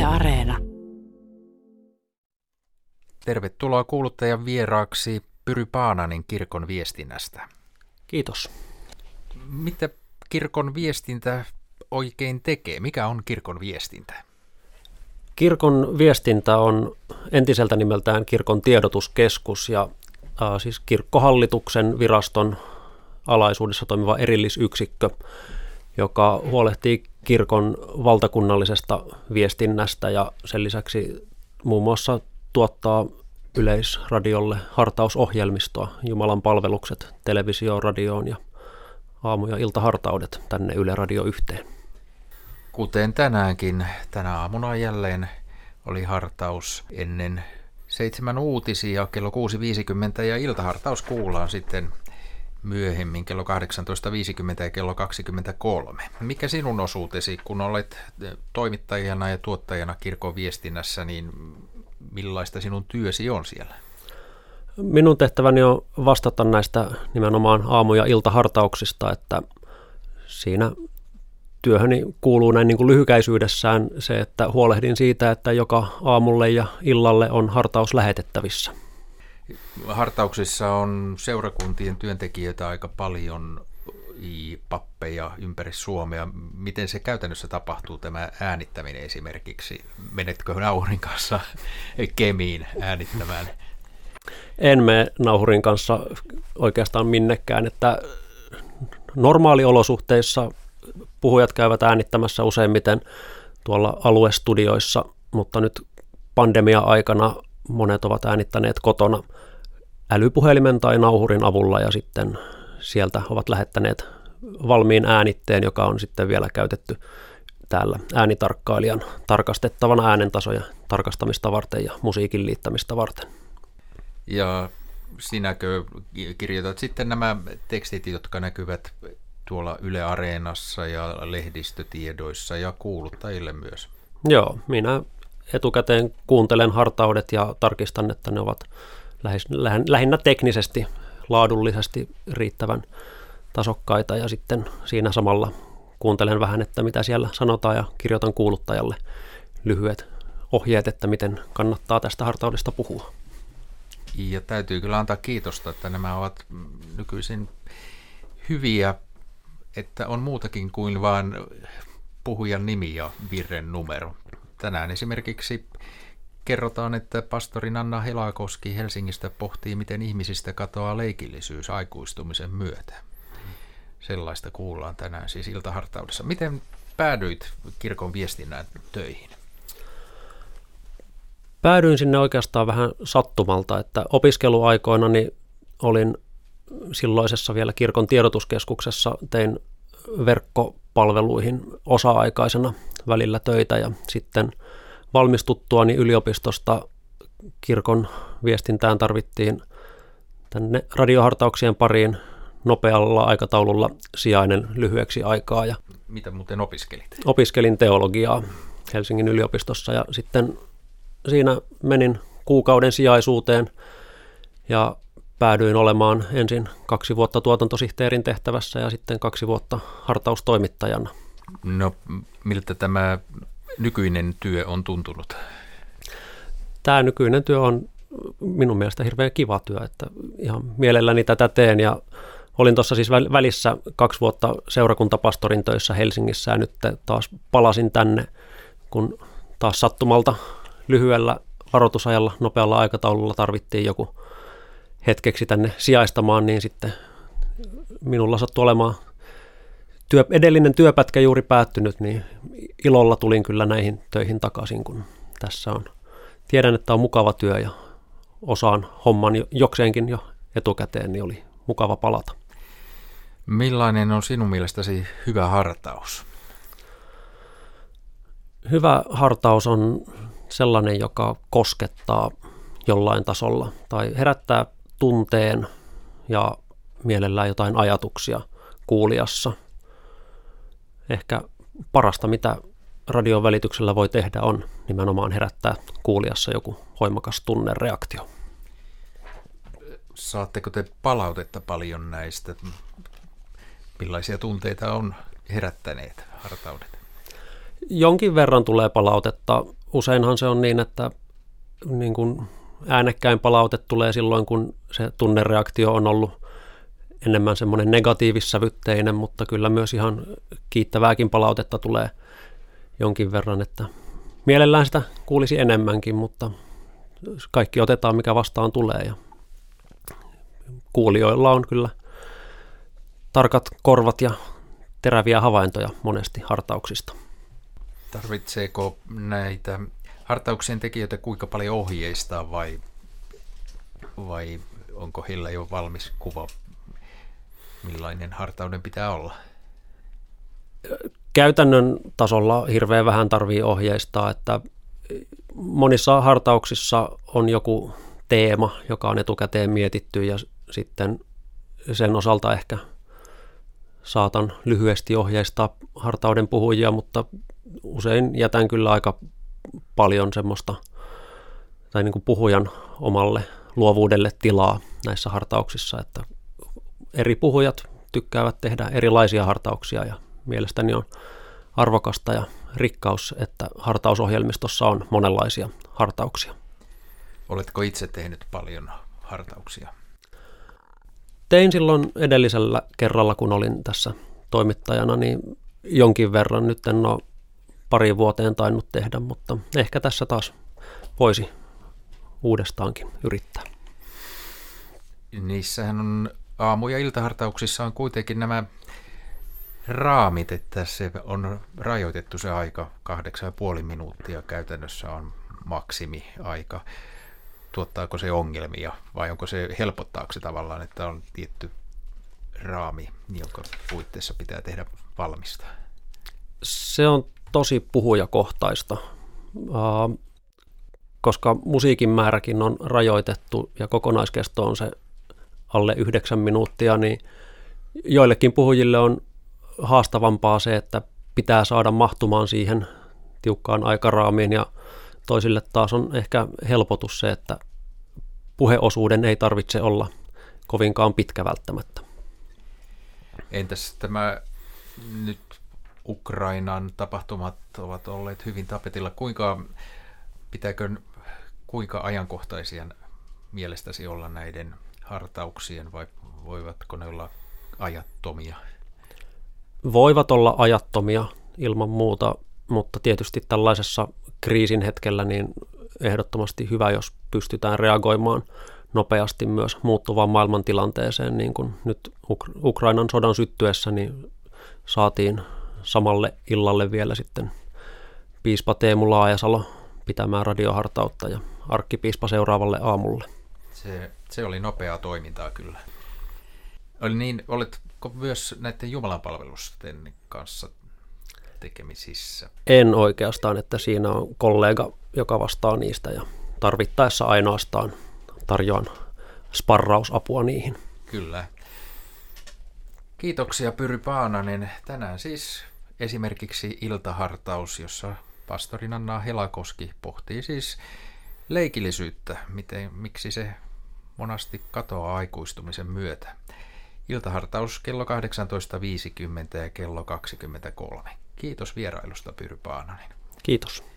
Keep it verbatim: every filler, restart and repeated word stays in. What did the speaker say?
Areena. Tervetuloa kuuluttajan vieraaksi Pyry Paananen kirkon viestinnästä. Kiitos. Mitä kirkon viestintä oikein tekee? Mikä on kirkon viestintä? Kirkon viestintä on entiseltä nimeltään kirkon tiedotuskeskus ja äh, siis kirkkohallituksen viraston alaisuudessa toimiva erillisyksikkö, joka huolehtii kirkon valtakunnallisesta viestinnästä ja sen lisäksi muun muassa tuottaa Yleisradiolle hartausohjelmistoa, Jumalan palvelukset televisioon, radioon ja aamu- ja iltahartaudet tänne Yle Radio yhteen. Kuten tänäänkin, tänä aamuna jälleen oli hartaus ennen seitsemän uutisia kello kuusi viisikymmentä ja iltahartaus kuullaan sitten myöhemmin kello kahdeksantoista viisikymmentä ja kello kaksikymmentäkolme. Mikä sinun osuutesi, kun olet toimittajana ja tuottajana kirkon viestinnässä, niin millaista sinun työsi on siellä? Minun tehtäväni on vastata näistä nimenomaan aamu- ja iltahartauksista, että siinä työhöni kuuluu näin niin kuin lyhykäisyydessään se, että huolehdin siitä, että joka aamulle ja illalle on hartaus lähetettävissä. Hartauksissa on seurakuntien työntekijöitä aika paljon, pappeja ympäri Suomea. Miten se käytännössä tapahtuu, tämä äänittäminen esimerkiksi? Menetkö nauhurin kanssa Kemiin äänittämään? En mene nauhurin kanssa oikeastaan minnekään, että normaaliolosuhteissa puhujat käyvät äänittämässä useimmiten tuolla aluestudioissa, mutta nyt pandemia-aikana monet ovat äänittäneet kotona älypuhelimen tai nauhurin avulla ja sitten sieltä ovat lähettäneet valmiin äänitteen, joka on sitten vielä käytetty täällä äänitarkkailijan tarkastettavana äänentasoja tarkastamista varten ja musiikin liittämistä varten. Ja sinäkö kirjoitat sitten nämä tekstit, jotka näkyvät tuolla Yle Areenassa ja lehdistötiedoissa ja kuuluttajille myös? Joo, minä etukäteen kuuntelen hartaudet ja tarkistan, että ne ovat lähinnä teknisesti, laadullisesti riittävän tasokkaita ja sitten siinä samalla kuuntelen vähän, että mitä siellä sanotaan ja kirjoitan kuuluttajalle lyhyet ohjeet, että miten kannattaa tästä hartaudesta puhua. Ja täytyy kyllä antaa kiitosta, että nämä ovat nykyisin hyviä, että on muutakin kuin vain puhujan nimi ja virren numero. Tänään esimerkiksi kerrotaan, että pastori Nanna Helakoski Helsingistä pohtii, miten ihmisistä katoaa leikillisyys aikuistumisen myötä. Sellaista kuullaan tänään siis iltahartaudessa. Miten päädyit kirkon viestinnän töihin? Päädyin sinne oikeastaan vähän sattumalta, että opiskeluaikoinani olin silloisessa vielä kirkon tiedotuskeskuksessa, tein verkkopalveluihin osa-aikaisena välillä töitä ja sitten valmistuttuani yliopistosta kirkon viestintään tarvittiin tänne radiohartauksien pariin nopealla aikataululla sijainen lyhyeksi aikaa. Ja mitä muuten opiskelit? Opiskelin teologiaa Helsingin yliopistossa ja sitten siinä menin kuukauden sijaisuuteen ja päädyin olemaan ensin kaksi vuotta tuotantosihteerin tehtävässä ja sitten kaksi vuotta hartaustoimittajana. No, miltä tämä nykyinen työ on tuntunut? Tämä nykyinen työ on minun mielestä hirveän kiva työ, että ihan mielelläni tätä teen ja olin tuossa siis välissä kaksi vuotta seurakuntapastorin töissä Helsingissä ja nyt taas palasin tänne, kun taas sattumalta lyhyellä varoitusajalla, nopealla aikataululla tarvittiin joku hetkeksi tänne sijaistamaan, niin sitten minulla sattui olemaan työ, edellinen työpätkä juuri päättynyt, niin ilolla tulin kyllä näihin töihin takaisin, kun tässä on. Tiedän, että on mukava työ ja osaan homman jokseenkin jo etukäteen, niin oli mukava palata. Millainen on sinun mielestäsi hyvä hartaus? Hyvä hartaus on sellainen, joka koskettaa jollain tasolla tai herättää tunteen ja mielellään jotain ajatuksia kuulijassa. Ehkä parasta, mitä radion välityksellä voi tehdä, on nimenomaan herättää kuulijassa joku voimakas tunnereaktio. Saatteko te palautetta paljon näistä? Millaisia tunteita on herättäneet hartaudet? Jonkin verran tulee palautetta. useinhan se on niin, että niin kuin äänekkäin palaute tulee silloin, kun se tunnereaktio on ollut enemmän semmoinen negatiivissävytteinen, mutta kyllä myös ihan kiittävääkin palautetta tulee jonkin verran, että mielellään sitä kuulisi enemmänkin, mutta kaikki otetaan, mikä vastaan tulee, ja kuulijoilla on kyllä tarkat korvat ja teräviä havaintoja monesti hartauksista. Tarvitseeko näitä hartauksien tekijöitä kuinka paljon ohjeistaa vai, vai onko heillä jo valmis kuva, millainen hartauden pitää olla? Käytännön tasolla hirveän vähän tarvii ohjeistaa, että monissa hartauksissa on joku teema, joka on etukäteen mietitty, ja sitten sen osalta ehkä saatan lyhyesti ohjeistaa hartauden puhujia, mutta usein jätän kyllä aika paljon semmoista tai niin kuin puhujan omalle luovuudelle tilaa näissä hartauksissa, että eri puhujat tykkäävät tehdä erilaisia hartauksia, ja mielestäni on arvokasta ja rikkaus, että hartausohjelmistossa on monenlaisia hartauksia. Oletko itse tehnyt paljon hartauksia? Tein silloin edellisellä kerralla, kun olin tässä toimittajana, niin jonkin verran. Nyt en ole pari vuoteen tainnut tehdä, mutta ehkä tässä taas voisi uudestaankin yrittää. Niissähän on aamu- ja iltahartauksissa on kuitenkin nämä raamit, että se on rajoitettu se aika, kahdeksan ja puoli minuuttia käytännössä on maksimiaika. Tuottaako se ongelmia vai onko se, helpottaako se tavallaan, että on tietty raami, jonka puitteissa pitää tehdä valmista? Se on tosi puhujakohtaista, koska musiikin määräkin on rajoitettu ja kokonaiskesto on se alle yhdeksän minuuttia, niin joillekin puhujille on haastavampaa se, että pitää saada mahtumaan siihen tiukkaan aikaraamiin, ja toisille taas on ehkä helpotus se, että puheosuuden ei tarvitse olla kovinkaan pitkä välttämättä. Entäs tämä nyt Ukrainan tapahtumat ovat olleet hyvin tapetilla. Kuinka, pitääkö, kuinka ajankohtaisia mielestäsi olla näiden hartauksien vai voivatko ne olla ajattomia? Voivat olla ajattomia ilman muuta, mutta tietysti tällaisessa kriisin hetkellä niin ehdottomasti hyvä, jos pystytään reagoimaan nopeasti myös muuttuvaan maailmantilanteeseen, niin kuin nyt Ukrainan sodan syttyessä niin saatiin samalle illalle vielä sitten piispa Teemu Laajasalo pitämään radiohartautta ja arkkipiispa seuraavalle aamulle. Se, se oli nopeaa toimintaa kyllä. Oli niin, oletko myös näiden jumalanpalvelusten kanssa tekemisissä? En oikeastaan, että siinä on kollega, joka vastaa niistä, ja tarvittaessa ainoastaan tarjoan sparrausapua niihin. Kyllä. Kiitoksia Pyry Paananen. Tänään siis esimerkiksi iltahartaus, jossa pastori Anna Helakoski pohtii siis leikillisyyttä, miten, miksi se monasti katoaa aikuistumisen myötä. Iltahartaus kello kahdeksantoista viisikymmentä ja kello kaksikymmentäkolme. Kiitos vierailusta, Pyry Paananen. Kiitos.